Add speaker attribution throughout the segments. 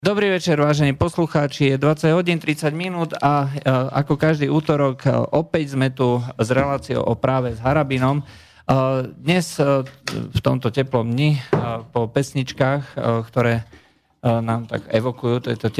Speaker 1: Dobrý večer, vážení poslucháči. Je 20 hodín 30 minút a ako každý útorok opäť sme tu s reláciou o práve s Harabinom. Dnes v tomto teplom dni po pesničkách, ktoré nám tak evokujú, to je to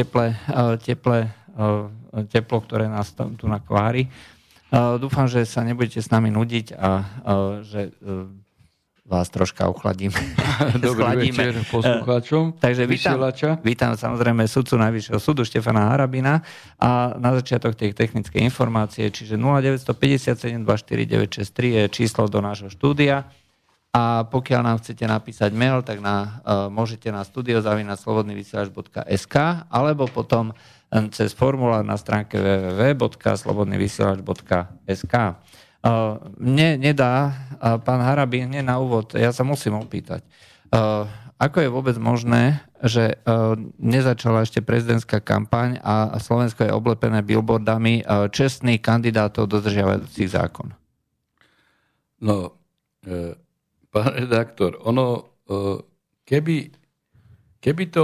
Speaker 1: teplo, ktoré nás tu nakvári. Dúfam, že sa nebudete s nami nudiť a že vás troška ochladím.
Speaker 2: Dobrý večer poslucháčom.
Speaker 1: Takže vítam samozrejme sudcu Najvyššieho súdu Štefana Harabina a na začiatok tej technickej informácie, čiže 0957 249 633 je číslo do nášho štúdia a pokiaľ nám chcete napísať mail, tak môžete na studio@slobodnyvysielac.sk alebo potom cez formulár na stránke www.slobodnyvysielac.sk. Mne nedá, pán Harabin, hneď na úvod, ja sa musím opýtať, ako je vôbec možné, že nezačala ešte prezidentská kampaň a Slovensko je oblepené billboardami čestných kandidátov dodržiavajúcich zákon?
Speaker 2: No, pán redaktor, keby to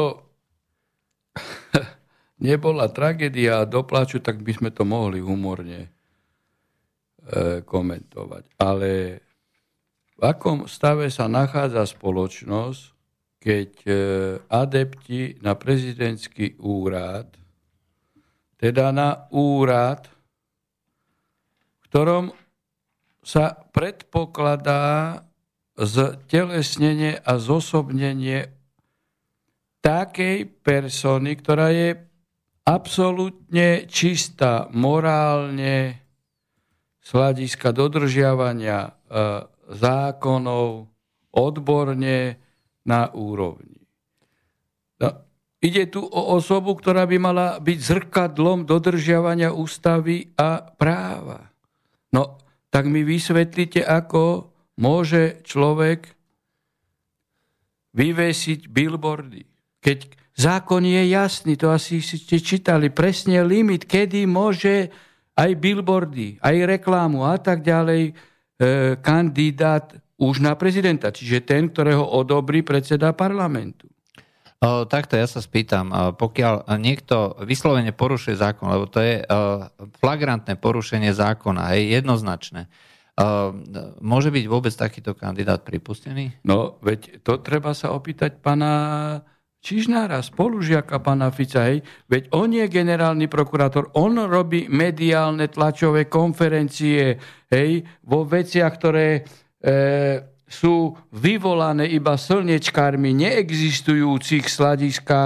Speaker 2: nebola tragédia a dopláču, tak by sme to mohli humorne komentovať. Ale v akom stave sa nachádza spoločnosť, keď adepti na prezidentský úrad, teda na úrad, v ktorom sa predpokladá ztelesnenie a zosobnenie takej persony, ktorá je absolútne čistá morálne, z hľadiska dodržiavania zákonov odborne na úrovni. No, ide tu o osobu, ktorá by mala byť zrkadlom dodržiavania ústavy a práva. No, tak mi vysvetlite, ako môže človek vyvesiť billboardy. Keď zákon je jasný, to asi ste čítali, presne limit, kedy môže aj billboardy, aj reklámu a tak ďalej, kandidát už na prezidenta, čiže ten, ktorého odobrí predseda parlamentu.
Speaker 1: Takto ja sa spýtam, pokiaľ niekto vyslovene porušuje zákon, lebo to je flagrantné porušenie zákona, je jednoznačné, môže byť vôbec takýto kandidát pripustený?
Speaker 2: No, veď to treba sa opýtať pána Čižnára, spolužiaka pána Fica, hej. Veď on je generálny prokurátor, on robí mediálne tlačové konferencie, hej, vo veciach, ktoré sú vyvolané iba slnečkármi neexistujúcich z hľadiska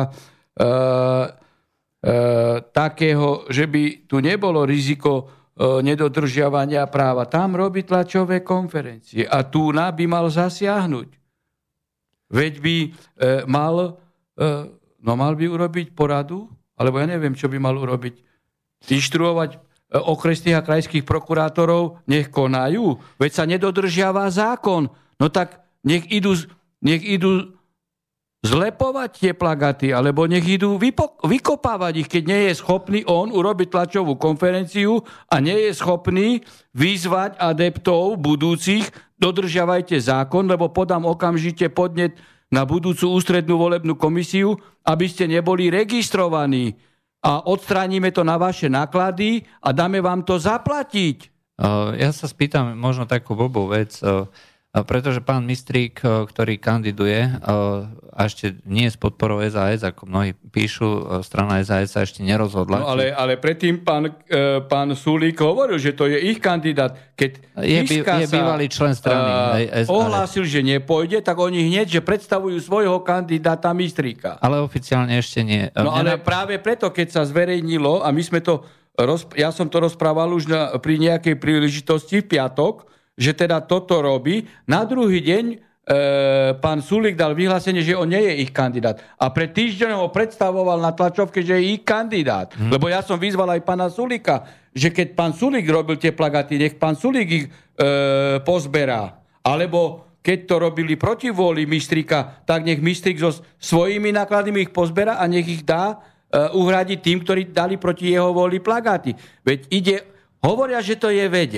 Speaker 2: takého, že by tu nebolo riziko nedodržiavania práva. Tam robí tlačové konferencie a tu by mal zasiahnuť. Veď by mal by urobiť poradu, alebo ja neviem, čo by mal urobiť. Inštruovať okresných a krajských prokurátorov, nech konajú. Veď sa nedodržiava zákon. No tak nech idú zlepovať tie plagaty, alebo nech idú vykopávať ich, keď nie je schopný on urobiť tlačovú konferenciu a nie je schopný vyzvať adeptov budúcich, dodržiavajte zákon, lebo podám okamžite podnet na budúcu ústrednú volebnú komisiu, aby ste neboli registrovaní a odstránime to na vaše náklady a dáme vám to zaplatiť.
Speaker 1: Ja sa spýtam možno takú blbú vec, pretože pán Mistrík, ktorý kandiduje a ešte nie s podporou SAS, ako mnohí píšu, strana SAS sa ešte nerozhodla.
Speaker 2: No ale predtým pán Sulík hovoril, že to je ich kandidát. Keď
Speaker 1: je bývalý člen strany SAS.
Speaker 2: Ohlásil, že nepôjde, tak oni hneď, že predstavujú svojho kandidáta Mistríka.
Speaker 1: Ale oficiálne ešte nie.
Speaker 2: No ale práve preto, keď sa zverejnilo, a my sme to, ja som to rozprával už pri nejakej príležitosti v piatok, že teda toto robí. Na druhý deň pán Sulík dal vyhlásenie, že on nie je ich kandidát. A pred týždňom ho predstavoval na tlačovke, že je ich kandidát. Lebo ja som vyzval aj pána Sulíka, že keď pán Sulík robil tie plagaty, nech pán Sulík ich pozberá. Alebo keď to robili proti vôli Mistríka, tak nech Mistrík so svojimi nákladmi ich pozberá a nech ich dá uhradiť tým, ktorí dali proti jeho vôli plagáty. Veď hovoria, že to je vedec.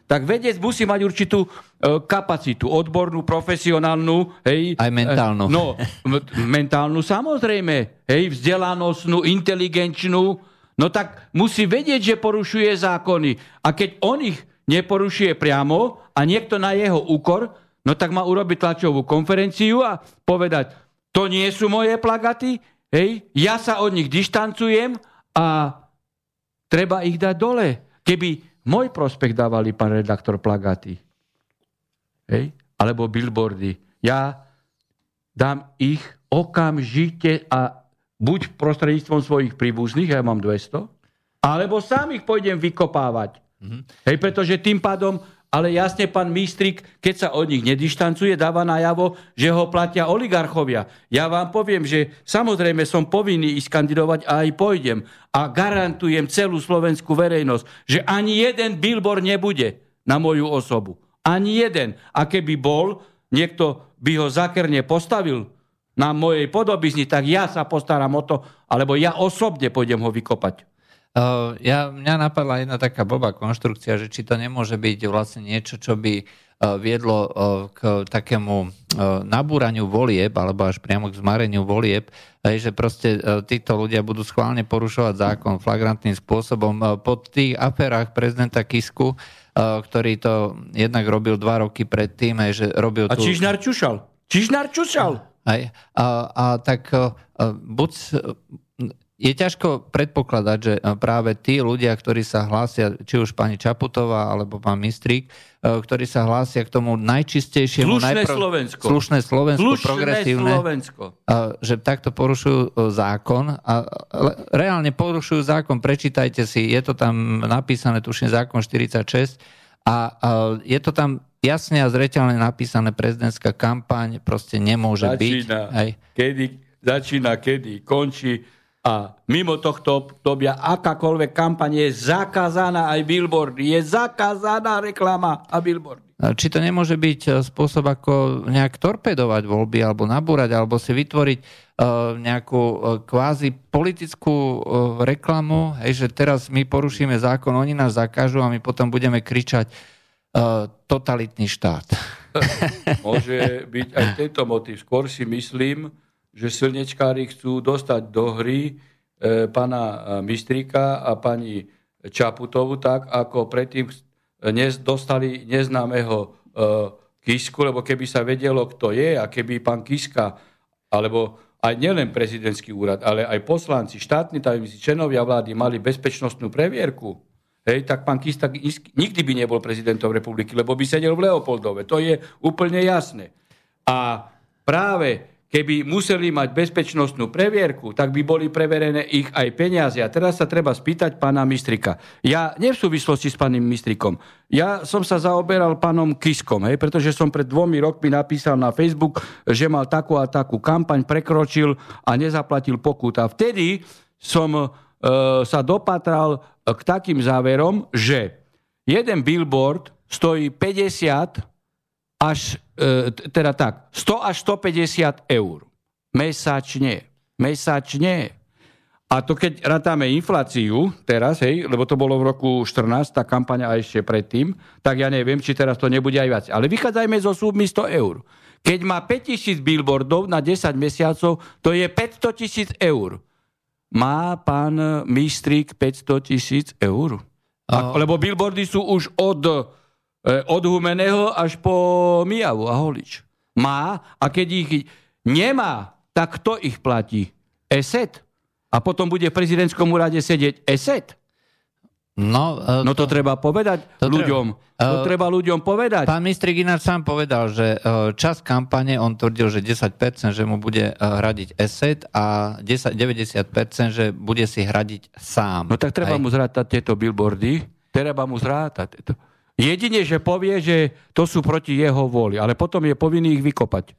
Speaker 2: tak vedec musí mať určitú kapacitu, odbornú, profesionálnu, hej.
Speaker 1: Aj mentálnu.
Speaker 2: No, mentálnu samozrejme, hej, vzdelanostnú, inteligenčnú, no tak musí vedieť, že porušuje zákony. A keď on ich neporušuje priamo a niekto na jeho úkor, no tak má urobiť tlačovú konferenciu a povedať, to nie sú moje plagaty, hej, ja sa od nich dištancujem a treba ich dať dole. Keby môj prospech dávali, pán redaktor, plagaty, hej, alebo billboardy, ja dám ich okamžite a buď prostredníctvom svojich príbuzných, ja mám 200, alebo sám ich pôjdem vykopávať. Hej, pretože tým pádom, ale jasne pán Mistrík, keď sa od nich nedištancuje, dáva najavo, že ho platia oligarchovia. Ja vám poviem, že samozrejme som povinný ísť kandidovať a aj pôjdem. A garantujem celú slovenskú verejnosť, že ani jeden billboard nebude na moju osobu. Ani jeden. A keby bol, niekto by ho zákerne postavil na mojej podobizni, tak ja sa postaram o to, alebo ja osobne pôjdem ho vykopať.
Speaker 1: Mňa napadla jedna taká blbá konštrukcia, že či to nemôže byť vlastne niečo, čo by viedlo k takému nabúraniu volieb, alebo až priamo k zmareniu volieb, že proste títo ľudia budú schválne porušovať zákon flagrantným spôsobom. Po tých aférach prezidenta Kisku, ktorý to jednak robil 2 roky predtým, že robil...
Speaker 2: A Čižnár čušal.
Speaker 1: Tak buď... Je ťažko predpokladať, že práve tí ľudia, ktorí sa hlásia, či už pani Čaputová alebo pán Mistrík, ktorí sa hlásia k tomu najčistejšiemu... Slušné Slovensko, progresívne. Že takto porušujú zákon. A reálne porušujú zákon. Prečítajte si, je to tam napísané, tuším, zákon 46 a je to tam jasne a zreteľne napísané, prezidentská kampaň proste nemôže byť.
Speaker 2: Začína, kedy končí. A mimo tohto obdobia akákoľvek kampaň je zakázaná, aj billboardy. Je zakázaná reklama a billboardy.
Speaker 1: Či to nemôže byť spôsob, ako nejak torpedovať voľby, alebo nabúrať, alebo si vytvoriť nejakú kvázi politickú reklamu, že teraz my porušíme zákon, oni nás zakážu a my potom budeme kričať totalitný štát.
Speaker 2: Môže byť aj tento motív. Skôr si myslím, že slnečkári chcú dostať do hry pána Mistríka a pani Čaputovu tak, ako predtým dostali neznámeho Kisku, lebo keby sa vedelo, kto je a keby pán Kiska, alebo aj nielen prezidentský úrad, ale aj poslanci, štátni tajomníci, členovia vlády mali bezpečnostnú previerku, hej, tak pán Kiska nikdy by nebol prezidentom republiky, lebo by sedel v Leopoldove. To je úplne jasné. A práve keby museli mať bezpečnostnú previerku, tak by boli preverené ich aj peniaze. A teraz sa treba spýtať pána Mistrika. Ja nie v súvislosti s pánom Mistrikom. Ja som sa zaoberal pánom Kiskom, hej, pretože som pred 2 rokmi napísal na Facebook, že mal takú a takú kampaň, prekročil a nezaplatil pokut. A vtedy som sa dopatral k takým záverom, že jeden billboard stojí 100 až 100 až 150 eur mesačne. A to keď rátame infláciu teraz, hej, lebo to bolo v roku 14, tá kampaň a ešte predtým, tak ja neviem, či teraz to nebude aj viac. Ale vychádzajme zo súmy 100 eur. Keď má 5000 billboardov na 10 mesiacov, to je 500 000 eur. Má pán Mistrík 500 000 eur? Lebo billboardy sú už od Humeného až po Mijavu a Holič. Má, a keď ich nemá, tak kto ich platí? ESET. A potom bude v prezidentskom úrade sedieť ESET. No to treba povedať ľuďom. To treba ľuďom povedať.
Speaker 1: Pán Mistrík ináč sám povedal, že čas kampane, on tvrdil, že 10%, že mu bude hradiť ESET a 90%, že bude si hradiť sám.
Speaker 2: No tak treba mu zrátať tieto billboardy. Jedine, že povie, že to sú proti jeho vôli, ale potom je povinný ich vykopať.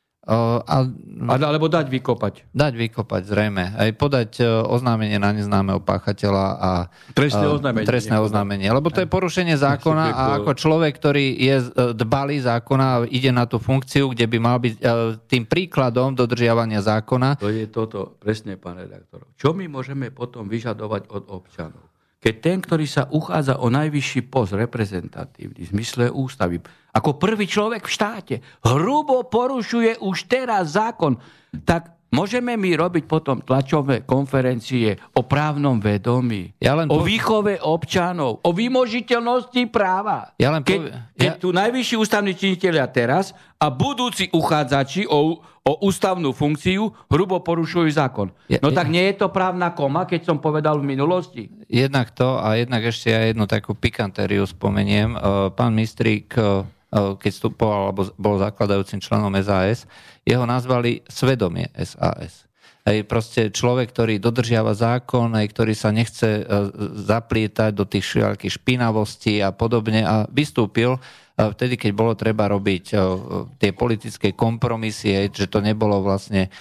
Speaker 2: Alebo dať vykopať.
Speaker 1: Dať vykopať, zrejme. Aj podať oznámenie na neznámeho páchateľa a trestné oznámenie. Lebo to je porušenie zákona a ako človek, ktorý je dbalý zákona a ide na tú funkciu, kde by mal byť tým príkladom dodržiavania zákona.
Speaker 2: To je toto, presne, pán redaktor. Čo my môžeme potom vyžadovať od občanov? keď ten, ktorý sa uchádza o najvyšší post reprezentatívny v zmysle ústavy, ako prvý človek v štáte, hrubo porušuje už teraz zákon, tak môžeme my robiť potom tlačové konferencie o právnom vedomí, o výchove občanov, o vymožiteľnosti práva. Keď tu najvyšší ústavní činitelia teraz a budúci uchádzači o ústavnú funkciu hrubo porušujú zákon. Tak nie je to právna koma, keď som povedal v minulosti?
Speaker 1: Jednak to a jednak ešte aj jednu takú pikantériu spomeniem. Pán Mistrík, keď vstupoval alebo bol zakladajúcim členom SAS, jeho nazvali svedomie SAS. Proste človek, ktorý dodržiava zákon, ktorý sa nechce zaplietať do tých všelijakých špinavostí a podobne a vystúpil vtedy, keď bolo treba robiť tie politické kompromisy, že to nebolo vlastne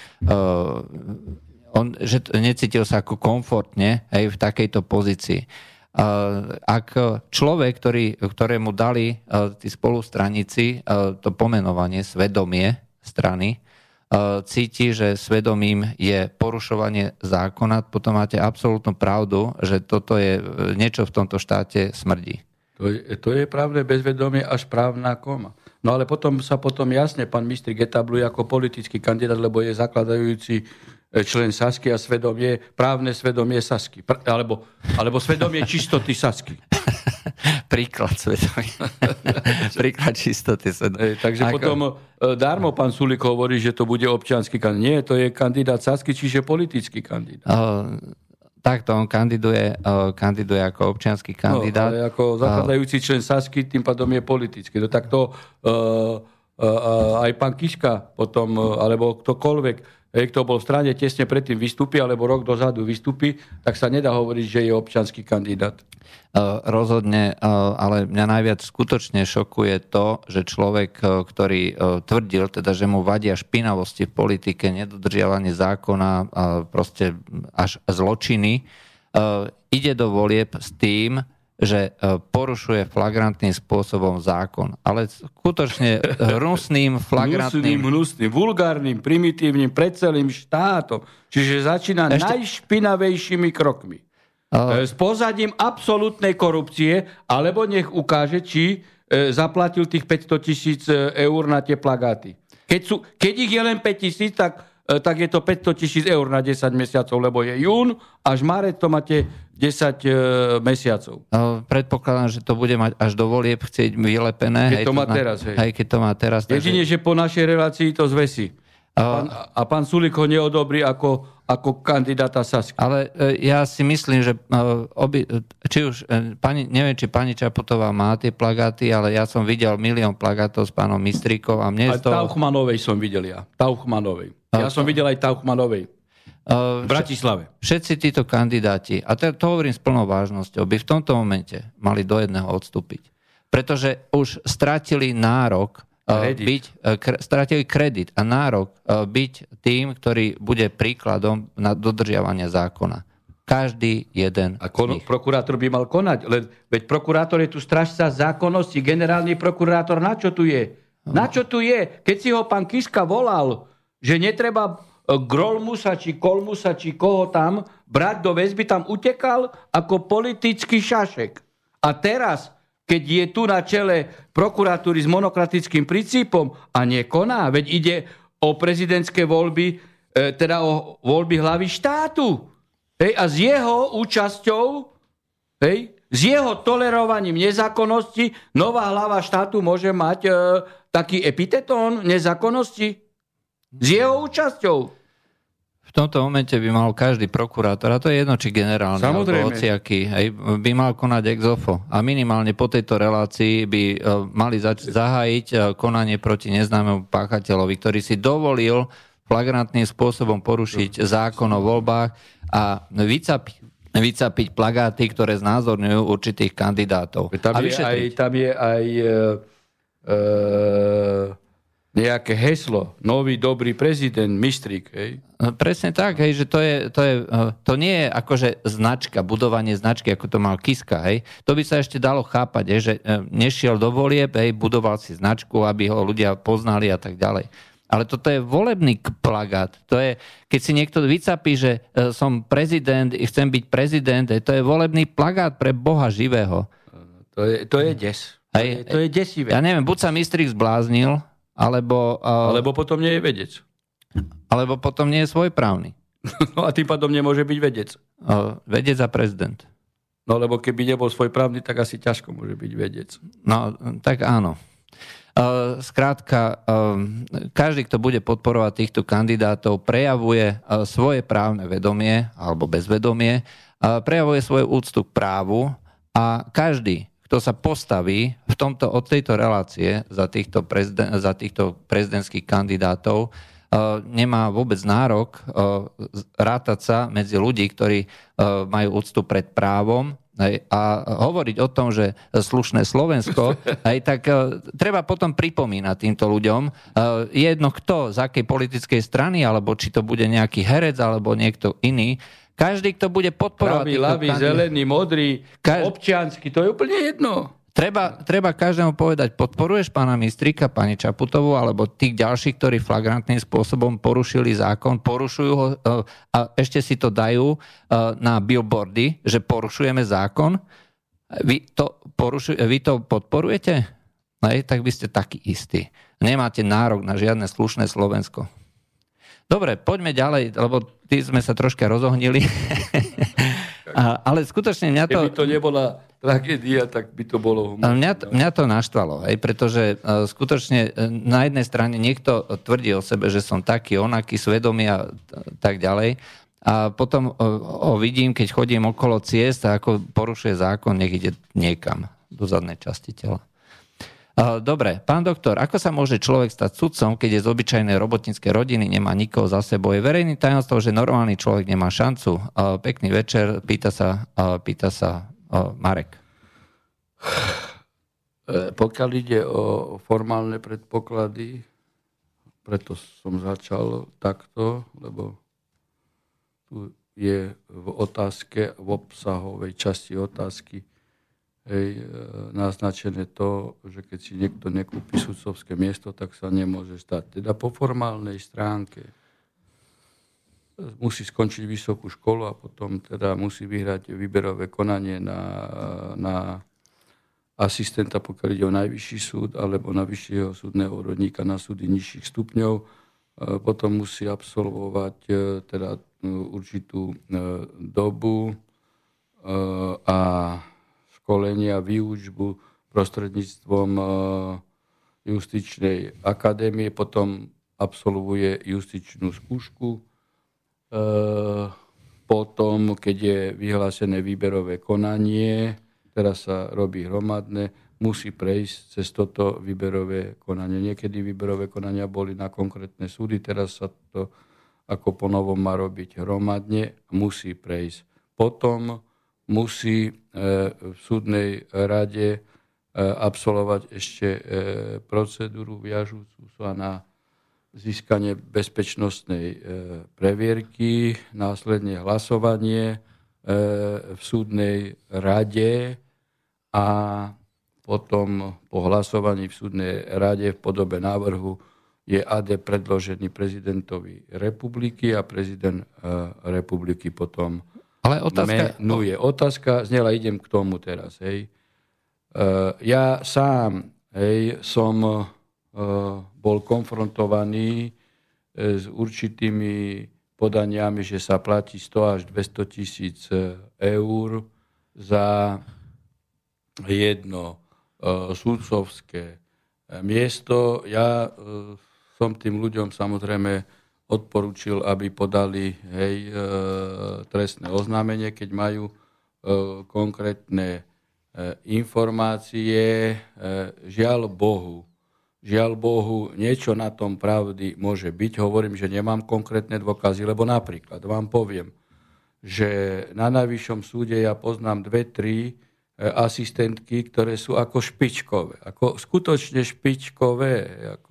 Speaker 1: že necítil sa ako komfortne v takejto pozícii. Ak človek, ktorému dali tí spolustraníci to pomenovanie svedomie strany, cíti, že svedomím je porušovanie zákona, potom máte absolútnu pravdu, že toto je niečo v tomto štáte smrdí.
Speaker 2: To je právne bezvedomie až právna koma. No ale potom jasne pán Mistrík etabluje ako politický kandidát, lebo je zakladajúci člen Sasky a právne svedomie Sasky. Alebo svedomie čistoty Sasky.
Speaker 1: Príklad svedomia. Príklad čistoty svedomia.
Speaker 2: Takže potom dármo pán Sulík hovorí, že to bude občiansky kandidát. Nie, to je kandidát Sasky, čiže politický kandidát.
Speaker 1: Takto on kandiduje ako občiansky kandidát.
Speaker 2: Ale ako zakladajúci člen Sasky, tým pádom je politický. No tak to aj pán Kiška potom, alebo ktokoľvek, kto bol v strane tesne predtým vystúpi, alebo rok dozadu vystúpi, tak sa nedá hovoriť, že je občiansky kandidát.
Speaker 1: Rozhodne, ale mňa najviac skutočne šokuje to, že človek, ktorý tvrdil, teda, že mu vadia špinavosti v politike, nedodržiavanie zákona, proste až zločiny, ide do volieb s tým, že porušuje flagrantným spôsobom zákon. Ale skutočne hnusným, flagrantným...
Speaker 2: Hnusným, vulgárnym, primitívnym, pred celým štátom. Čiže začína najšpinavejšími krokmi. S pozadím absolútnej korupcie, alebo nech ukáže, či zaplatil tých 500 000 eur na tie plagáty. Keď ich je len 5 000, tak je to 500 000 eur na 10 mesiacov, lebo je jún, až marec to máte 10 mesiacov.
Speaker 1: Predpokladám, že to bude mať až do volieb chcieť vylepené.
Speaker 2: Keď to má teraz.
Speaker 1: Keď to má teraz.
Speaker 2: Jedine, že po našej relácii to zvesí. A pán Sulík ho neodobrí ako kandidáta Sasky.
Speaker 1: Ale ja si myslím, že neviem, či pani Čaputová má tie plagáty, ale ja som videl 1 000 000 plagátov s pánom Mistríkom. A
Speaker 2: Tauchmanovej som videl ja. Ja som videl aj Tauchmanovej. V Bratislave.
Speaker 1: Všetci títo kandidáti, a to hovorím s plnou vážnosťou, by v tomto momente mali do jedného odstúpiť. Pretože už stratili nárok stratili kredit a nárok byť tým, ktorý bude príkladom na dodržiavanie zákona. Každý jeden z nich.
Speaker 2: Prokurátor by mal konať, veď prokurátor je tu strážca zákonnosti, generálny prokurátor, na čo tu je? Na čo tu je? Keď si ho pán Kiška volal, že netreba Grolmusa, či Kolmusa, či koho tam brať do väzby, tam utekal ako politický šašek. A teraz, keď je tu na čele prokuratúry s monokratickým princípom a nekoná, veď ide o prezidentské voľby, teda o voľby hlavy štátu. A s jeho účasťou, s jeho tolerovaním nezákonnosti, nová hlava štátu môže mať taký epitetón nezákonnosti? S jeho účasťou.
Speaker 1: V tomto momente by mal každý prokurátor, a to je jedno, či generálny, alebo hociaký, by mal konať ex offo. A minimálne po tejto relácii by mali zahájiť konanie proti neznámemu páchateľovi, ktorý si dovolil flagrantným spôsobom porušiť zákon o voľbách a vycapiť plagáty, ktoré znázorňujú určitých kandidátov.
Speaker 2: Tam je aj nejaké heslo, nový dobrý prezident, Mistrík.
Speaker 1: Presne tak, že to nie je akože značka, budovanie značky, ako to mal Kiska. To by sa ešte dalo chápať, že nešiel do volieb, budoval si značku, aby ho ľudia poznali a tak ďalej. Ale toto je volebný plagát. To je, keď si niekto vycapí, že som prezident, chcem byť prezident, to je volebný plagát pre Boha živého.
Speaker 2: To je des. To je desivé.
Speaker 1: Ja neviem, buď sa Mistrík zbláznil, alebo
Speaker 2: potom nie je vedec.
Speaker 1: Alebo potom nie je svojprávny.
Speaker 2: No a tým pádom nemôže byť vedec.
Speaker 1: Vedec a prezident.
Speaker 2: No lebo keby nebol svojprávny, tak asi ťažko môže byť vedec.
Speaker 1: No, tak áno. Skrátka, každý, kto bude podporovať týchto kandidátov, prejavuje svoje právne vedomie alebo bezvedomie, prejavuje svoju úctu k právu a každý, kto sa postaví od tejto relácie za týchto prezidentských kandidátov, nemá vôbec nárok rátať sa medzi ľudí, ktorí majú úctu pred právom a hovoriť o tom, že slušné Slovensko, tak treba potom pripomínať týmto ľuďom, jedno kto, z akej politickej strany, alebo či to bude nejaký herec, alebo niekto iný, každý, kto bude podporovať...
Speaker 2: Pravý, ľavý, zelený, modrý, občiansky, to je úplne jedno.
Speaker 1: Treba každému povedať, podporuješ pána Mistríka, pani Čaputovú, alebo tých ďalších, ktorí flagrantným spôsobom porušili zákon, porušujú ho a ešte si to dajú na billboardy, že porušujeme zákon. Vy to podporujete? Tak by ste takí istí. Nemáte nárok na žiadne slušné Slovensko. Dobre, poďme ďalej, lebo tí sme sa troška rozohnili. Ale skutočne mňa to...
Speaker 2: Keby to nebola tragédia, tak by to bolo humorné.
Speaker 1: Mňa to naštvalo, pretože skutočne na jednej strane niekto tvrdí o sebe, že som taký, onaký, svedomý a tak ďalej. A potom ho vidím, keď chodím okolo ciest a ako porušuje zákon, nech ide niekam do zadnej časti tela. Dobre, pán doktor, ako sa môže človek stať sudcom, keď je z obyčajnej robotníckej rodiny, nemá nikoho za sebou? Je verejný tajomstvo, že normálny človek nemá šancu. Pekný večer, pýta sa Marek.
Speaker 2: Pokiaľ ide o formálne predpoklady, preto som začal takto, lebo tu je v otázke, v obsahovej časti otázky naznačené to, že keď si niekto nekúpi sudcovské miesto, tak sa nemôže stať. Teda po formálnej stránke musí skončiť vysokú školu a potom teda musí vyhrať výberové konanie na asistenta, pokiaľ ide o najvyšší súd, alebo na vyššieho súdneho úradníka na súdy nižších stupňov. Potom musí absolvovať teda určitú dobu a školenia, výučbu prostredníctvom justičnej akadémie, potom absolvuje justičnú skúšku. Potom, keď je vyhlásené výberové konanie, teraz sa robí hromadné, musí prejsť cez toto výberové konanie. Niekedy výberové konania boli na konkrétne súdy, teraz sa to ako ponovom má robiť hromadne, musí prejsť. Potom musí v súdnej rade absolvovať ešte procedúru viažúcu sa na získanie bezpečnostnej previerky, následne hlasovanie v súdnej rade a potom po hlasovaní v súdnej rade v podobe návrhu je AD predložený prezidentovi republiky a prezident republiky potom
Speaker 1: ale
Speaker 2: menuje. Otázka znela, idem k tomu teraz. Ja sám som bol konfrontovaný s určitými podaniami, že sa platí 100 až 200 tisíc eur za jedno sudcovské miesto. Ja som tým ľuďom samozrejme odporúčil, aby podali trestné oznámenie, keď majú konkrétne informácie. Žiaľ Bohu, niečo na tom pravdy môže byť. Hovorím, že nemám konkrétne dôkazy, lebo napríklad vám poviem, že na Najvyššom súde ja poznám 2-3 asistentky, ktoré sú ako špičkové. Ako skutočne špičkové.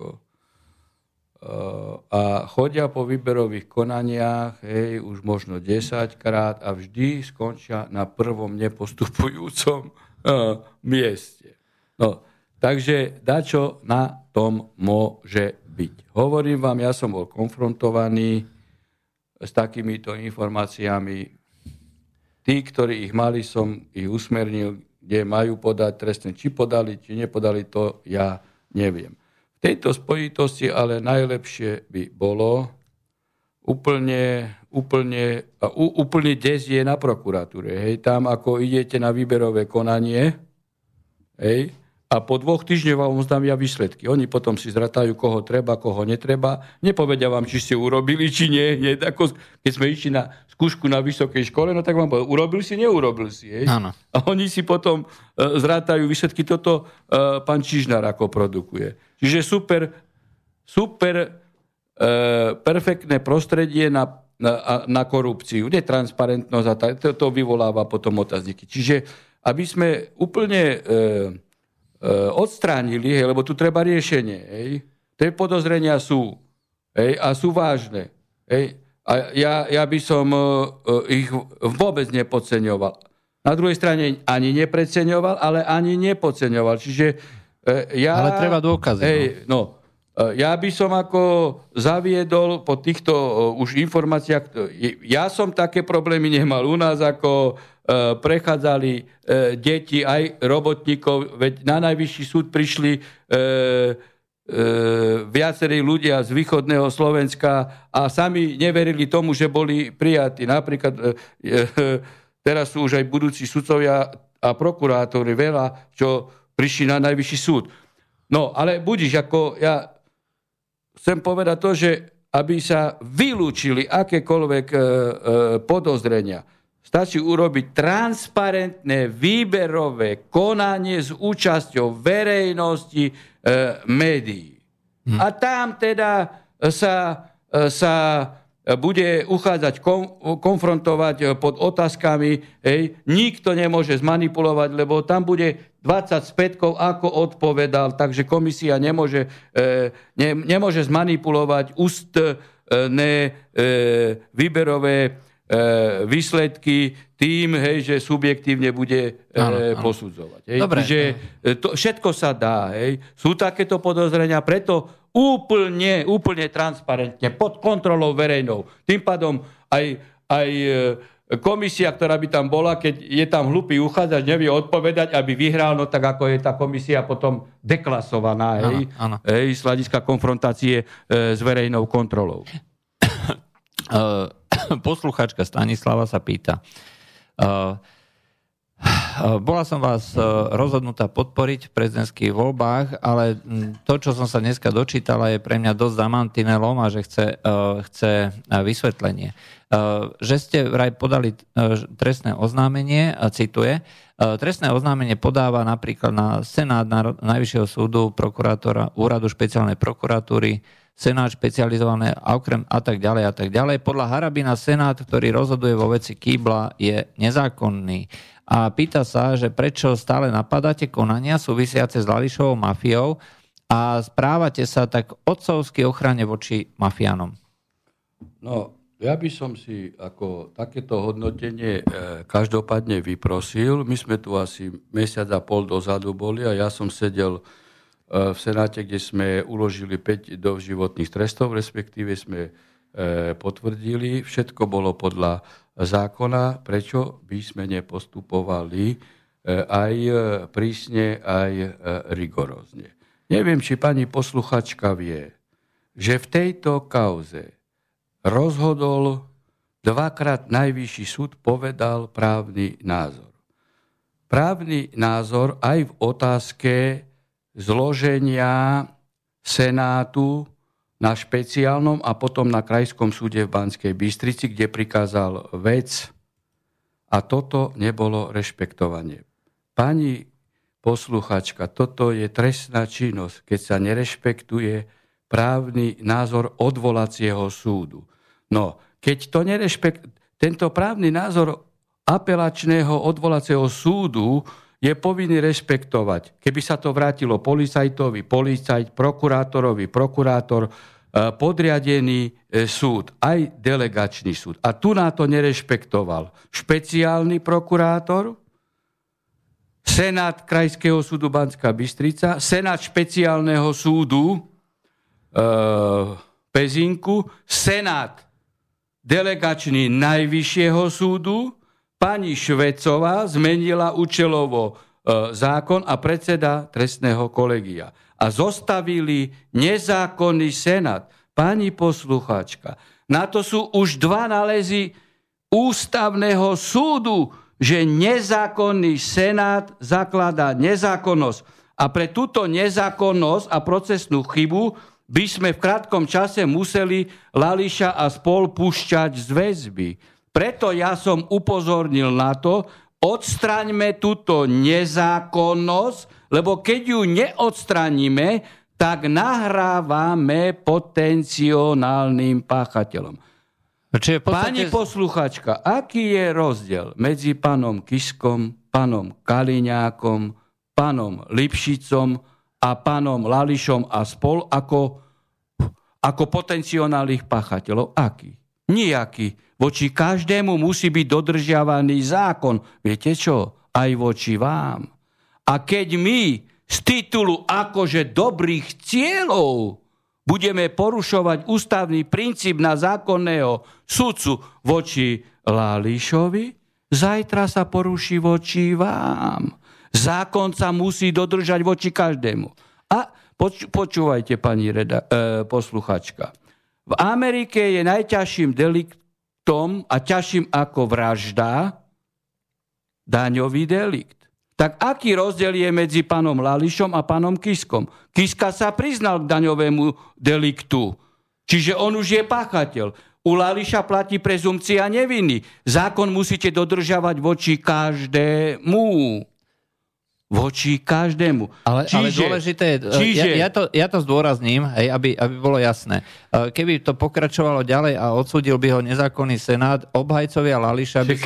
Speaker 2: A chodia po výberových konaniach už možno 10 krát a vždy skončia na prvom nepostupujúcom mieste. No, takže dačo na tom môže byť. Hovorím vám, ja som bol konfrontovaný s takýmito informáciami. Tí, ktorí ich mali, som ich usmernil, kde majú podať trestné. Či podali, či nepodali, to ja neviem. V tejto spojitosti ale najlepšie by bolo úplný des je na prokuratúre. Hej, tam ako idete na výberové konanie, hej, a po 2 týždňoch vám oznámia výsledky. Oni potom si zratajú, koho treba, koho netreba. Nepovedia vám, či ste urobili, či nie. Nie ako keď sme išli na skúšku na vysokej škole, no tak vám povedal, urobil si, neurobil si. Hej.
Speaker 1: Áno.
Speaker 2: A oni si potom zratajú výsledky. Toto pán Čižnár ako produkuje. Čiže super perfektné prostredie na korupciu. Netransparentnosť a to vyvoláva potom otázniky. Čiže aby sme úplne odstránili, hej, lebo tu treba riešenie. Hej. Tie podozrenia sú, hej, a sú vážne. Hej. A ja by som ich vôbec nepodceňoval. Na druhej strane ani nepreceňoval, ale ani nepodceňoval. Čiže
Speaker 1: ale treba dôkazy.
Speaker 2: Hej, no. Ja by som ako zaviedol po týchto už informáciách, ja som také problémy nemal u nás, ako prechádzali deti aj robotníkov, veď na najvyšší súd prišli viacerí ľudia z východného Slovenska a sami neverili tomu, že boli prijatí. Napríklad teraz sú už aj budúci sudcovia a prokurátori veľa, čo prišli na najvyšší súd. No, ale budiš, ako ja chcem povedať to, že aby sa vylúčili akékoľvek podozrenia, stačí urobiť transparentné výberové konanie s účasťou verejnosti, médií. A tam teda sa bude uchádzať, konfrontovať pod otázkami, hej, nikto nemôže zmanipulovať, lebo tam bude 20 spätkov, ako odpovedal, takže komisia nemôže zmanipulovať ústne výberové výsledky tým, hej, že subjektívne bude posudzovať. Hej.
Speaker 1: Dobre.
Speaker 2: Čiže všetko sa dá. Hej. Sú takéto podozrenia, preto úplne transparentne, pod kontrolou verejnou. Tým pádom aj komisia, ktorá by tam bola, keď je tam hlupý uchádzač, nevie odpovedať, aby vyhral, no tak ako je tá komisia potom deklasovaná, hej, hej, z hľadiska konfrontácie s verejnou kontrolou.
Speaker 1: Posluchačka Stanislava sa pýta. Bola som vás rozhodnutá podporiť v prezidentských voľbách, ale to, čo som sa dneska dočítala, je pre mňa dosť za mantinelom a že chce vysvetlenie. Že ste vraj podali trestné oznámenie, cituje, trestné oznámenie podáva napríklad na Senát Najvyššieho súdu, prokurátora, úradu špeciálnej prokuratúry, Senát špecializované a okrem a tak ďalej. Podľa Harabina Senát, ktorý rozhoduje vo veci Kýbla, je nezákonný. A pýta sa, že prečo stále napadáte konania súvisiace s Lališovou mafiou a správate sa tak otcovsky ochrane voči mafiánom.
Speaker 2: No, ja by som si ako takéto hodnotenie každopádne vyprosil. My sme tu asi mesiac a pol dozadu boli a ja som sedel v Senáte, kde sme uložili 5 doživotných trestov, respektíve sme potvrdili. Všetko bolo podľa zákona, prečo by sme nepostupovali aj prísne, aj rigorózne. Neviem, či pani posluchačka vie, že v tejto kauze rozhodol dvakrát Najvyšší súd, povedal právny názor. Právny názor aj v otázke zloženia Senátu na špeciálnom a potom na Krajskom súde v Banskej Bystrici, kde prikázal vec a toto nebolo rešpektovanie. Pani posluchačka, toto je trestná činnosť, keď sa nerešpektuje právny názor odvolacieho súdu. No, keď to tento právny názor apelačného odvolacieho súdu je povinný rešpektovať. Keby sa to vrátilo policajtovi, policajt, prokurátorovi, prokurátor, podriadený súd, aj delegačný súd. A tu na to nerešpektoval špeciálny prokurátor, Senát Krajského súdu Banská Bystrica, Senát špeciálneho súdu Pezinku, Senát delegačný Najvyššieho súdu, pani Švecová zmenila účelovo zákon a predseda trestného kolegia. A zostavili nezákonný senát. Pani poslucháčka, na to sú už 2 nálezy ústavného súdu, že nezákonný senát zakladá nezákonnosť. A pre túto nezákonnosť a procesnú chybu by sme v krátkom čase museli Lališa a spol púšťať z väzby. Preto ja som upozornil na to, odstraňme túto nezákonnosť, lebo keď ju neodstraníme, tak nahrávame potenciálnym páchateľom.
Speaker 1: Podstate...
Speaker 2: Pani posluchačka, aký je rozdiel medzi pánom Kiskom, pánom Kaliňákom, pánom Lipšicom a pánom Lališom a spol ako potenciálnych páchateľov? Aký? Nijaký. Voči každému musí byť dodržiavaný zákon. Viete čo? Aj voči vám. A keď my z titulu akože dobrých cieľov budeme porušovať ústavný princíp na zákonného sudcu voči Lališovi, zajtra sa poruší voči vám. Zákon sa musí dodržať voči každému. A počúvajte, pani posluchačka. V Amerike je najťažším deliktom a ťažším ako vražda daňový delikt. Tak aký rozdiel je medzi pánom Lališom a pánom Kiskom? Kiska sa priznal k daňovému deliktu, čiže on už je páchateľ. U Lališa platí prezumcia neviny. Zákon musíte dodržiavať voči každému. Voči každému.
Speaker 1: Ale dôležité je, ja to zdôrazním, hej, aby bolo jasné. Keby to pokračovalo ďalej a odsúdil by ho nezákonný senát, obhajcovia Lališa by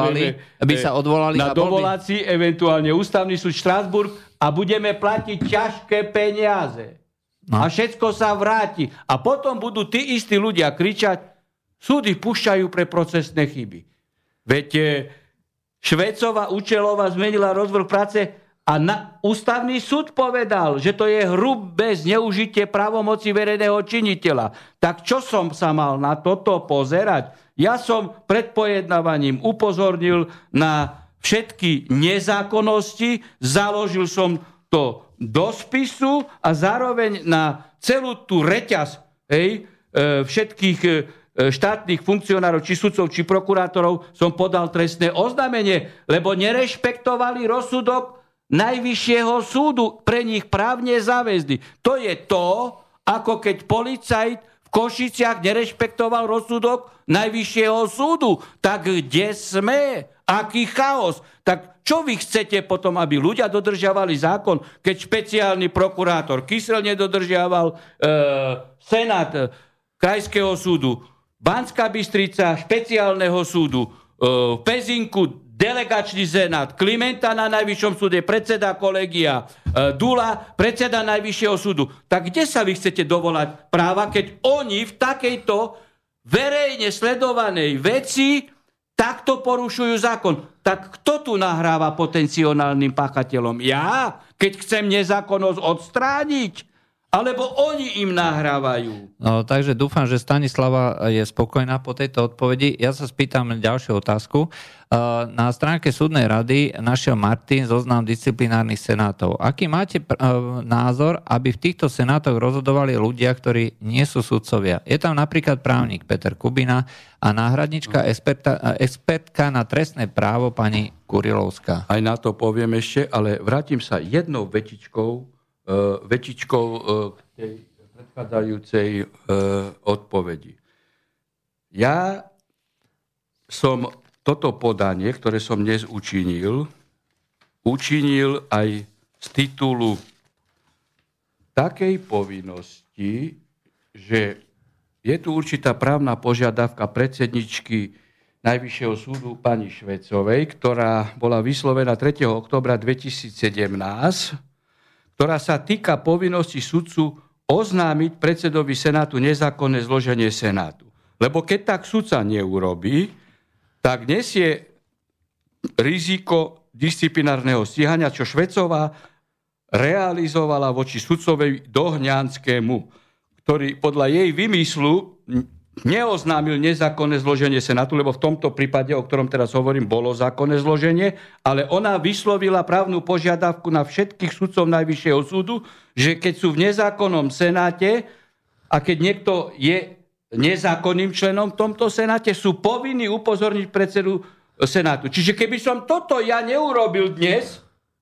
Speaker 1: sa odvolali
Speaker 2: na dovolácii, eventuálne ústavný súd Štrasburg a budeme platiť ťažké peniaze. No. A všetko sa vráti. A potom budú tí istí ľudia kričať, súdy púšťajú pre procesné chyby. Veď Švecová účelová zmenila rozvrh práce a ústavný súd povedal, že to je hrubé zneužitie právomoci verejného činiteľa. Tak čo som sa mal na toto pozerať? Ja som pred pojednávaním upozornil na všetky nezákonnosti, založil som to do spisu a zároveň na celú tú reťaz všetkých štátnych funkcionárov, či sudcov, či prokurátorov som podal trestné oznámenie, lebo nerešpektovali rozsudok Najvyššieho súdu, pre nich právne záväzný. To je to, ako keď policajt v Košiciach nerešpektoval rozsudok Najvyššieho súdu. Tak kde sme? Aký chaos? Tak čo vy chcete potom, aby ľudia dodržiavali zákon, keď špeciálny prokurátor Kysel nedodržiaval, senát Krajského súdu, Banská Bystrica špeciálneho súdu, v Pezinku delegačný senát, Klimenta na Najvyššom súde, predseda kolegia, Dula, predseda Najvyššieho súdu. Tak kde sa vy chcete dovolať práva, keď oni v takejto verejne sledovanej veci takto porušujú zákon? Tak kto tu nahráva potenciálnym páchateľom? Ja? Keď chcem nezákonnosť odstrániť? Alebo oni im nahrávajú?
Speaker 1: No, takže dúfam, že Stanislava je spokojná po tejto odpovedi. Ja sa spýtam ďalšiu otázku. Na stránke súdnej rady našiel Martin zoznam disciplinárnych senátov. Aký máte názor, aby v týchto senátoch rozhodovali ľudia, ktorí nie sú sudcovia? Je tam napríklad právnik Peter Kubina a náhradnička expertka na trestné právo pani Kurilovská.
Speaker 2: Aj na to poviem ešte, ale vrátim sa jednou vetičkou k tej predchádzajúcej odpovedi. Ja som toto podanie, ktoré som dnes učinil aj z titulu takej povinnosti, že je tu určitá právna požiadavka predsedničky Najvyššieho súdu pani Švecovej, ktorá bola vyslovená 3. októbra 2017, ktorá sa týka povinnosti sudcu oznámiť predsedovi Senátu nezákonné zloženie Senátu. Lebo keď tak sudca neurobí, tak nesie riziko disciplinárneho stíhania, čo Švecová realizovala voči sudcovi Dohňanskému, ktorý podľa jej vymyslu neoznámil nezákonné zloženie Senátu, lebo v tomto prípade, o ktorom teraz hovorím, bolo zákonné zloženie, ale ona vyslovila právnu požiadavku na všetkých sudcov Najvyššieho súdu, že keď sú v nezákonnom Senáte a keď niekto je nezákonným členom v tomto Senáte, sú povinní upozorniť predsedu Senátu. Čiže keby som toto ja neurobil dnes,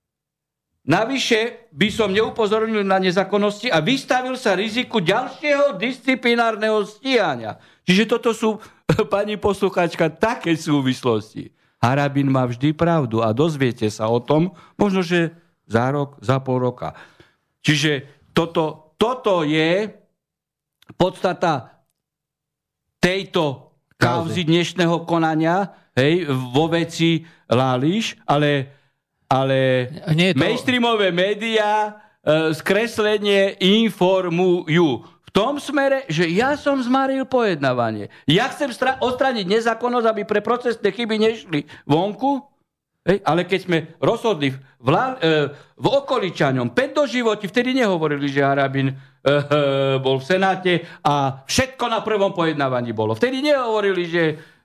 Speaker 2: navyše by som neupozornil na nezákonnosti a vystavil sa riziku ďalšieho disciplinárneho stíhania. Čiže toto sú, pani poslucháčka, také súvislosti. Harabin má vždy pravdu a dozviete sa o tom, možno, že za rok, za pol roka. Čiže toto je podstata tejto kauzy dnešného konania, hej, vo veci Láliš, ale mainstreamové médiá skreslenie informujú v tom smere, že ja som zmaril pojednávanie. Ja chcem odstrániť nezákonnosť, aby pre procesné chyby nešli vonku, hej, ale keď sme rozhodli v Okoličaňom 5 doživotí, vtedy nehovorili, že Harabin bol v Senáte a všetko na prvom pojednávaní bolo. Vtedy nehovorili, že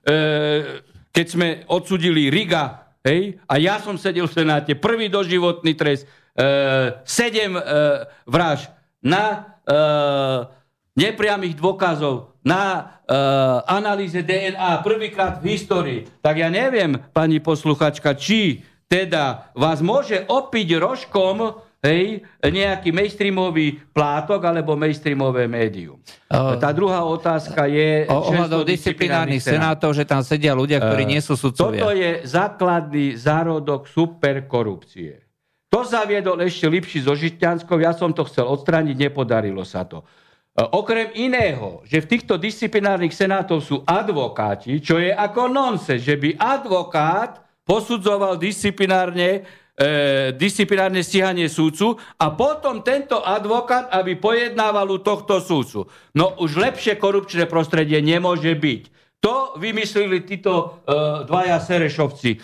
Speaker 2: keď sme odsudili Riga, hej, a ja som sedel v Senáte, prvý doživotný trest, 7 vražd na nepriamých dôkazov, na analýze DNA prvýkrát v histórii. Tak ja neviem, pani posluchačka, či teda vás môže opiť rožkom, hej, nejaký mainstreamový plátok alebo mainstreamové médium. Tá druhá otázka je
Speaker 1: ohľadom disciplinárnych senátov, že tam sedia ľudia, ktorí nie sú sudcovia.
Speaker 2: Toto je základný zárodok superkorupcie. To zaviedol ešte Lipšic so Žitňanskou, ja som to chcel odstrániť, nepodarilo sa to. Okrem iného, že v týchto disciplinárnych senátov sú advokáti, čo je ako nonsens, že by advokát posudzoval disciplinárne stíhanie súdcu a potom tento advokát, aby pojednával u tohto súdcu. No už lepšie korupčné prostredie nemôže byť. To vymysleli títo dvaja Serešovci,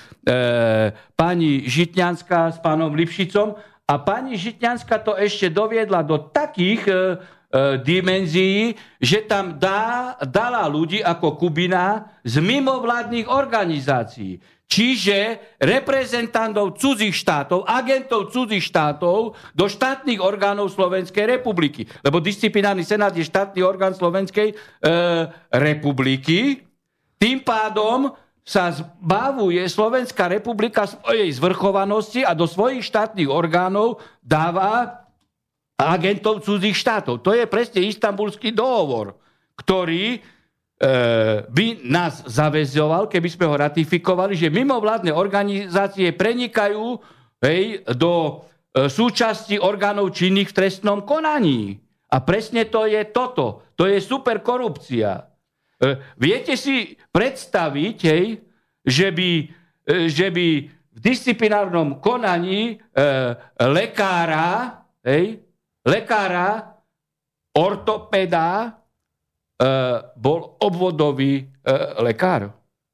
Speaker 2: pani Žitňanská s pánom Lipšicom, a pani Žitňanská to ešte doviedla do takých dimenzií, že tam dala ľudí ako Kubina z mimovládnych organizácií. Čiže reprezentantov cudzích štátov, agentov cudzích štátov do štátnych orgánov Slovenskej republiky. Lebo disciplinárny senát je štátny orgán Slovenskej republiky. Tým pádom sa zbavuje Slovenská republika svojej zvrchovanosti a do svojich štátnych orgánov dáva agentov cudzích štátov. To je presne Istanbulský dohovor, ktorý by nás zaväzoval, keby sme ho ratifikovali, že mimovládne organizácie prenikajú, hej, do súčasti orgánov činných v trestnom konaní. A presne to je toto. To je superkorupcia. Viete si predstaviť, hej, že by v disciplinárnom konaní lekára, ortopeda bol obvodový lekár.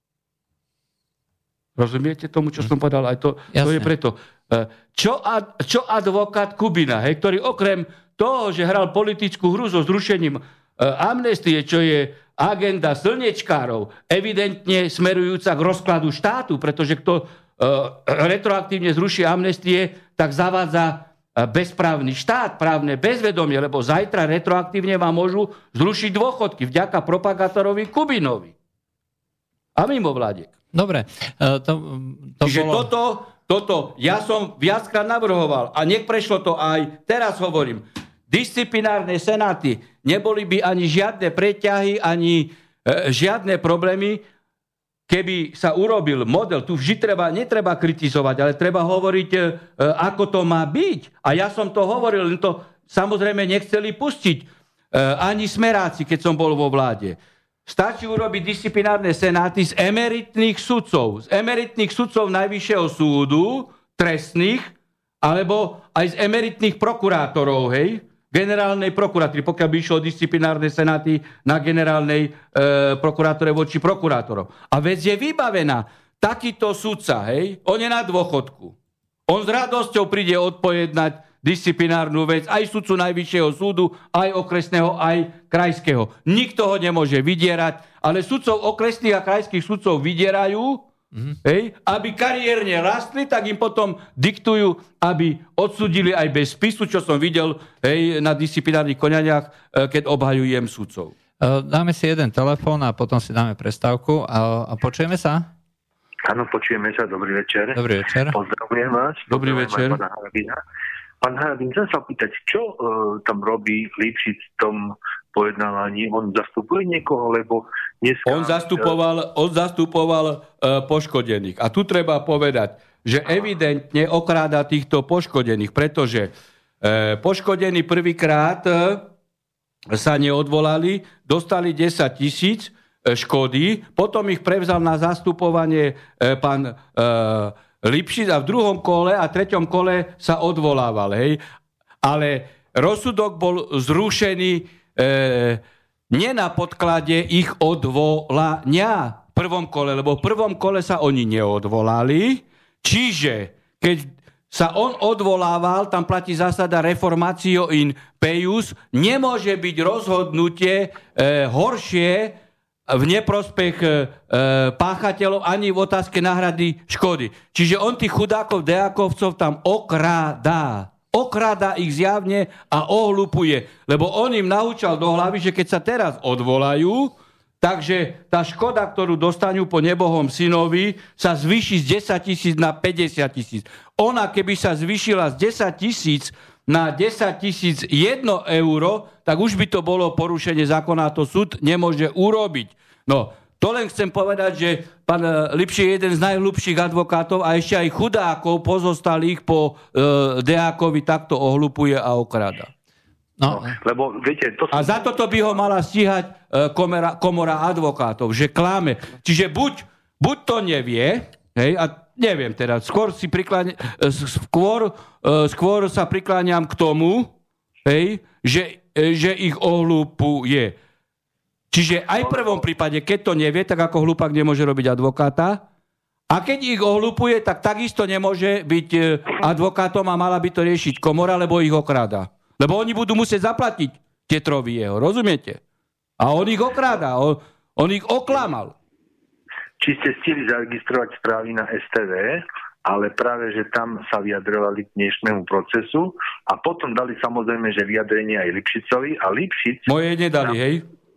Speaker 2: Rozumiete tomu, čo som povedal? Aj to je preto. Čo advokát Kubina, hej, ktorý okrem toho, že hral politickú hru so zrušením amnestie, čo je agenda slnečkárov, evidentne smerujúca k rozkladu štátu, pretože kto retroaktívne zruší amnestie, tak zavádza bezprávny štát, právne bezvedomie, lebo zajtra retroaktívne vám môžu zrušiť dôchodky vďaka propagátorovi Kubinovi. A mimovládiek.
Speaker 1: Dobre.
Speaker 2: Čiže toto ja som viackrát navrhoval a nech prešlo to aj, teraz hovorím, disciplinárne senáty, neboli by ani žiadne preťahy, ani žiadne problémy, keby sa urobil model, tu vždy netreba kritizovať, ale treba hovoriť, ako to má byť. A ja som to hovoril, len to samozrejme nechceli pustiť. Ani smeráci, keď som bol vo vláde. Stačí urobiť disciplinárne senáty z emeritných sudcov Najvyššieho súdu, trestných, alebo aj z emeritných prokurátorov, hej? Generálnej prokuratúry, pokiaľ by išlo disciplinárne senáty na generálnej prokurátore voči prokurátorom. A vec je vybavená. Takýto sudca, hej, on je na dôchodku. On s radosťou príde odpovedať disciplinárnu vec, aj sudcu Najvyššieho súdu, aj okresného, aj krajského. Nikto ho nemôže vydierať, ale sudcov okresných a krajských sudcov vydierajú, aby kariérne rastli, tak im potom diktujú, aby odsúdili aj bez spisu, čo som videl na disciplinárnych konaniach, keď obhajujem sudcov.
Speaker 1: Dáme si jeden telefón a potom si dáme prestávku. A počujeme sa?
Speaker 3: Áno, počujeme sa. Dobrý večer.
Speaker 1: Dobrý večer.
Speaker 3: Pozdravujem vás.
Speaker 2: Dobrý večer.
Speaker 3: Pán Harabin, chcem sa opýtať, čo tam robí Lipšic v tom pojednávaní? On zastupuje niekoho, lebo dneska...
Speaker 2: On zastupoval poškodených. A tu treba povedať, že evidentne okráda týchto poškodených, pretože poškodení prvýkrát sa neodvolali, dostali 10 000 škody, potom ich prevzal na zastupovanie pán Lipšic a v druhom kole a treťom kole sa odvolával. Hej. Ale rozsudok bol zrušený nie na podklade ich odvolania v prvom kole, lebo v prvom kole sa oni neodvolali, čiže keď sa on odvolával, tam platí zásada reformatio in peius, nemôže byť rozhodnutie horšie v neprospech páchateľov ani v otázke náhrady škody. Čiže on tých chudákov, deákovcov tam okráda. Okráda ich zjavne a ohlupuje. Lebo on im naučal do hlavy, že keď sa teraz odvolajú, takže tá škoda, ktorú dostanú po nebohom synovi, sa zvýši z 10 000 na 50 000. Ona, keby sa zvýšila z 10 000 na 10 001 euro, tak už by to bolo porušenie zákona a to súd nemôže urobiť. No, to len chcem povedať, že pán Lipšic je jeden z najhlubších advokátov a ešte aj chudákov pozostalých po deákovi takto ohlupuje a okráda.
Speaker 3: No. Lebo, viete,
Speaker 2: a za toto by ho mala stíhať komora advokátov, že klame. Čiže buď to nevie, hej, a neviem teda, skôr sa prikláňam k tomu, hej, že ich ohlupuje. Čiže aj v prvom prípade, keď to nevie, tak ako hlupák nemôže robiť advokáta. A keď ich ohlupuje, tak takisto nemôže byť advokátom a mala by to riešiť komora, lebo ich okráda. Lebo oni budú musieť zaplatiť tie trovy jeho, rozumiete? A on ich okráda, on ich oklamal.
Speaker 3: Či ste stihli zaregistrovať správy na STV, ale práve, že tam sa vyjadrovali k dnešnému procesu a potom dali samozrejme, že vyjadrenie aj Lipšicovi a Lipšic...
Speaker 2: Moje nedali, hej?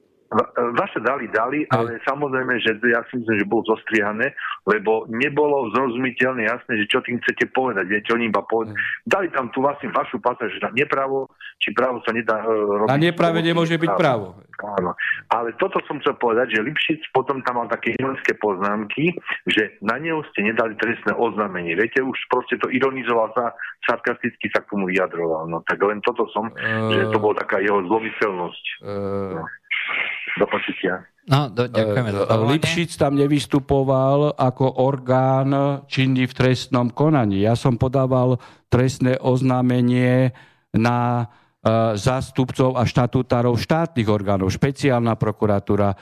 Speaker 3: Vaše dali, ale samozrejme, že ja si myslím, že bolo zostrihané, lebo nebolo zrozumiteľné jasné, že čo tým chcete povedať. Viete, oni iba povedali, dali tam tu vlastne vašu pasáž, že nepravo, či právo sa nedá robiť.
Speaker 2: A neprave nemôže byť právo.
Speaker 3: Áno. Ale toto som chcel povedať, že Lipšic potom tam mal také ironické poznámky, že na neho ste nedali trestné oznámenie. Viete, už proste to ironizoval sa, sarkasticky sa k tomu vyjadroval. No tak len toto som, že to bola taká jeho zlomyselnosť. No. Do počutia.
Speaker 1: No, ďakujeme za to.
Speaker 2: Lipšic tam nevystupoval ako orgán činný v trestnom konaní. Ja som podával trestné oznámenie na zástupcov a štatutárov štátnych orgánov, špeciálna prokuratúra,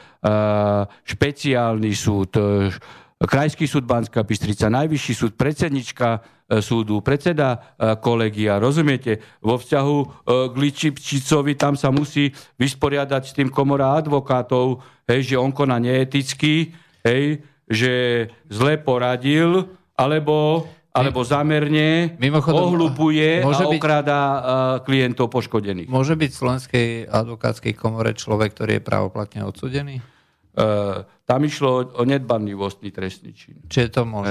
Speaker 2: špeciálny súd, Krajský súd Banská Bystrica, Najvyšší súd, predsednička súdu, predseda kolegia, rozumiete? Vo vzťahu k Lipšicovi tam sa musí vysporiadať s tým komora advokátov, hej, že on koná neeticky, hej, že zle poradil, alebo zámerne ohlupuje a okráda klientov poškodených.
Speaker 1: Môže byť v Slovenskej advokátskej komore človek, ktorý je právoplatne odsúdený?
Speaker 2: Tam išlo o nedbanlivostný trestný čin.
Speaker 1: Čiže to môže.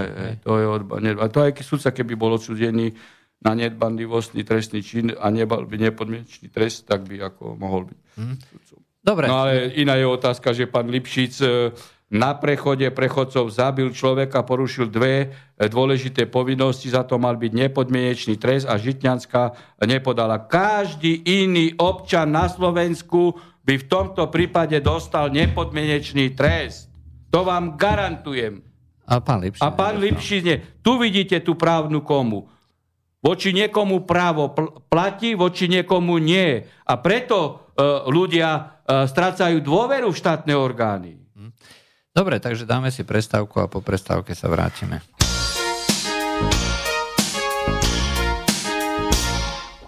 Speaker 2: To aj sudca, keby bol odsúdený na nedbanlivostný trestný čin a nebal by nepodmienečný trest, tak by ako mohol byť sudcom.
Speaker 1: Dobre.
Speaker 2: No ale iná je otázka, že pán Lipšic na prechode prechodcov zabil človeka, porušil dve dôležité povinnosti, za to mal byť nepodmienečný trest a Žitňanská nepodala. Každý iný občan na Slovensku by v tomto prípade dostal nepodmienečný trest. To vám garantujem.
Speaker 1: A pán
Speaker 2: Lipšic nie. Tu vidíte tú právnu komu. Voči niekomu právo platí, voči niekomu nie. A preto ľudia strácajú dôveru v štátne orgány.
Speaker 1: Dobre, takže dáme si prestávku a po prestávke sa vrátime.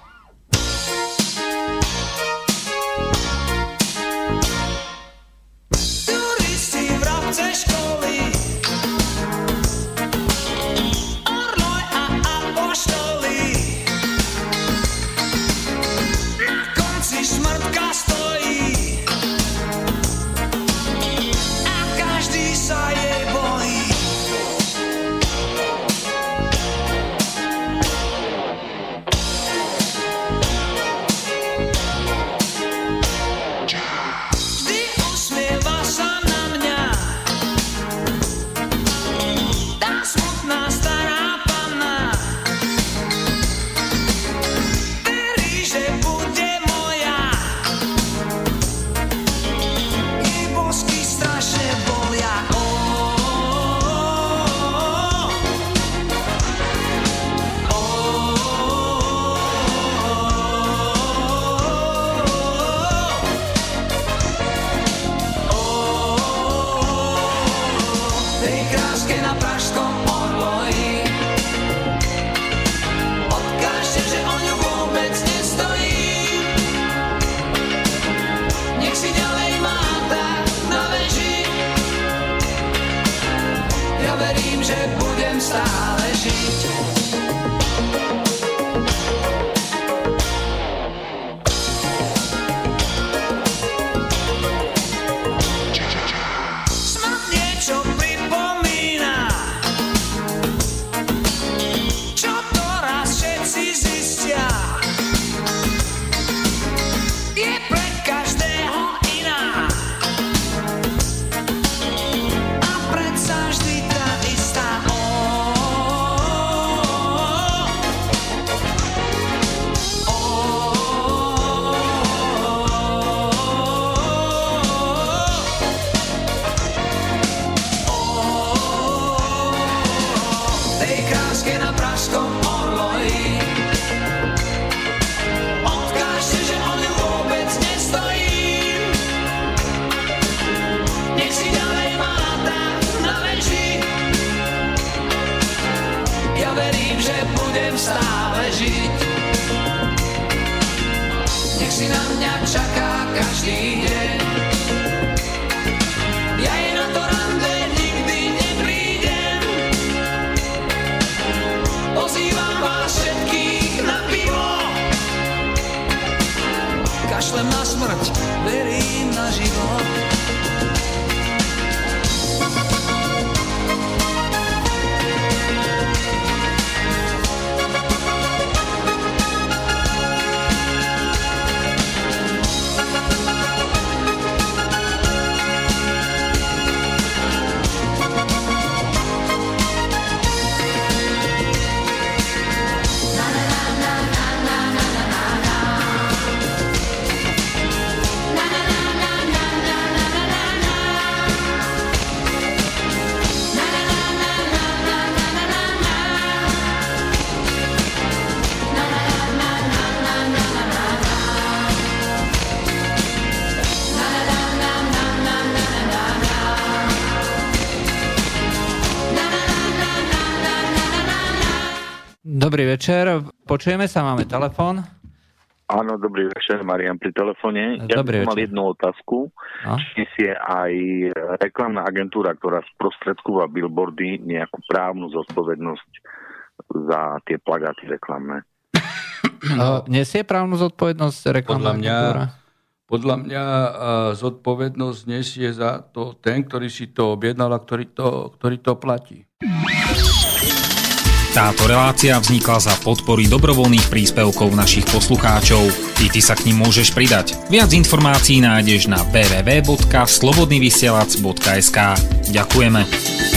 Speaker 4: ja verím, že budem stále žiť. Nech si na mňa čaká každý deň. Ja je na to rande nikdy neprídem. Pozývam vás všetkých na pivo. Kašlem na smrť, verím na život.
Speaker 1: Dobrý večer, počujeme sa, máme telefón.
Speaker 5: Áno, dobrý večer, Marian pri telefóne. Ja by som mal jednu otázku. Či si je aj reklamná agentúra, ktorá sprostredkúva billboardy, nejakú právnu zodpovednosť za tie plagáty reklamné?
Speaker 1: Nesie právnu zodpovednosť reklamná agentúra?
Speaker 2: Podľa mňa zodpovednosť nesie za to ten, ktorý si to objednal a ktorý to platí.
Speaker 6: Táto relácia vznikla za podpory dobrovoľných príspevkov našich poslucháčov. I ty sa k nim môžeš pridať. Viac informácií nájdeš na www.slobodnyvysielac.sk. Ďakujeme.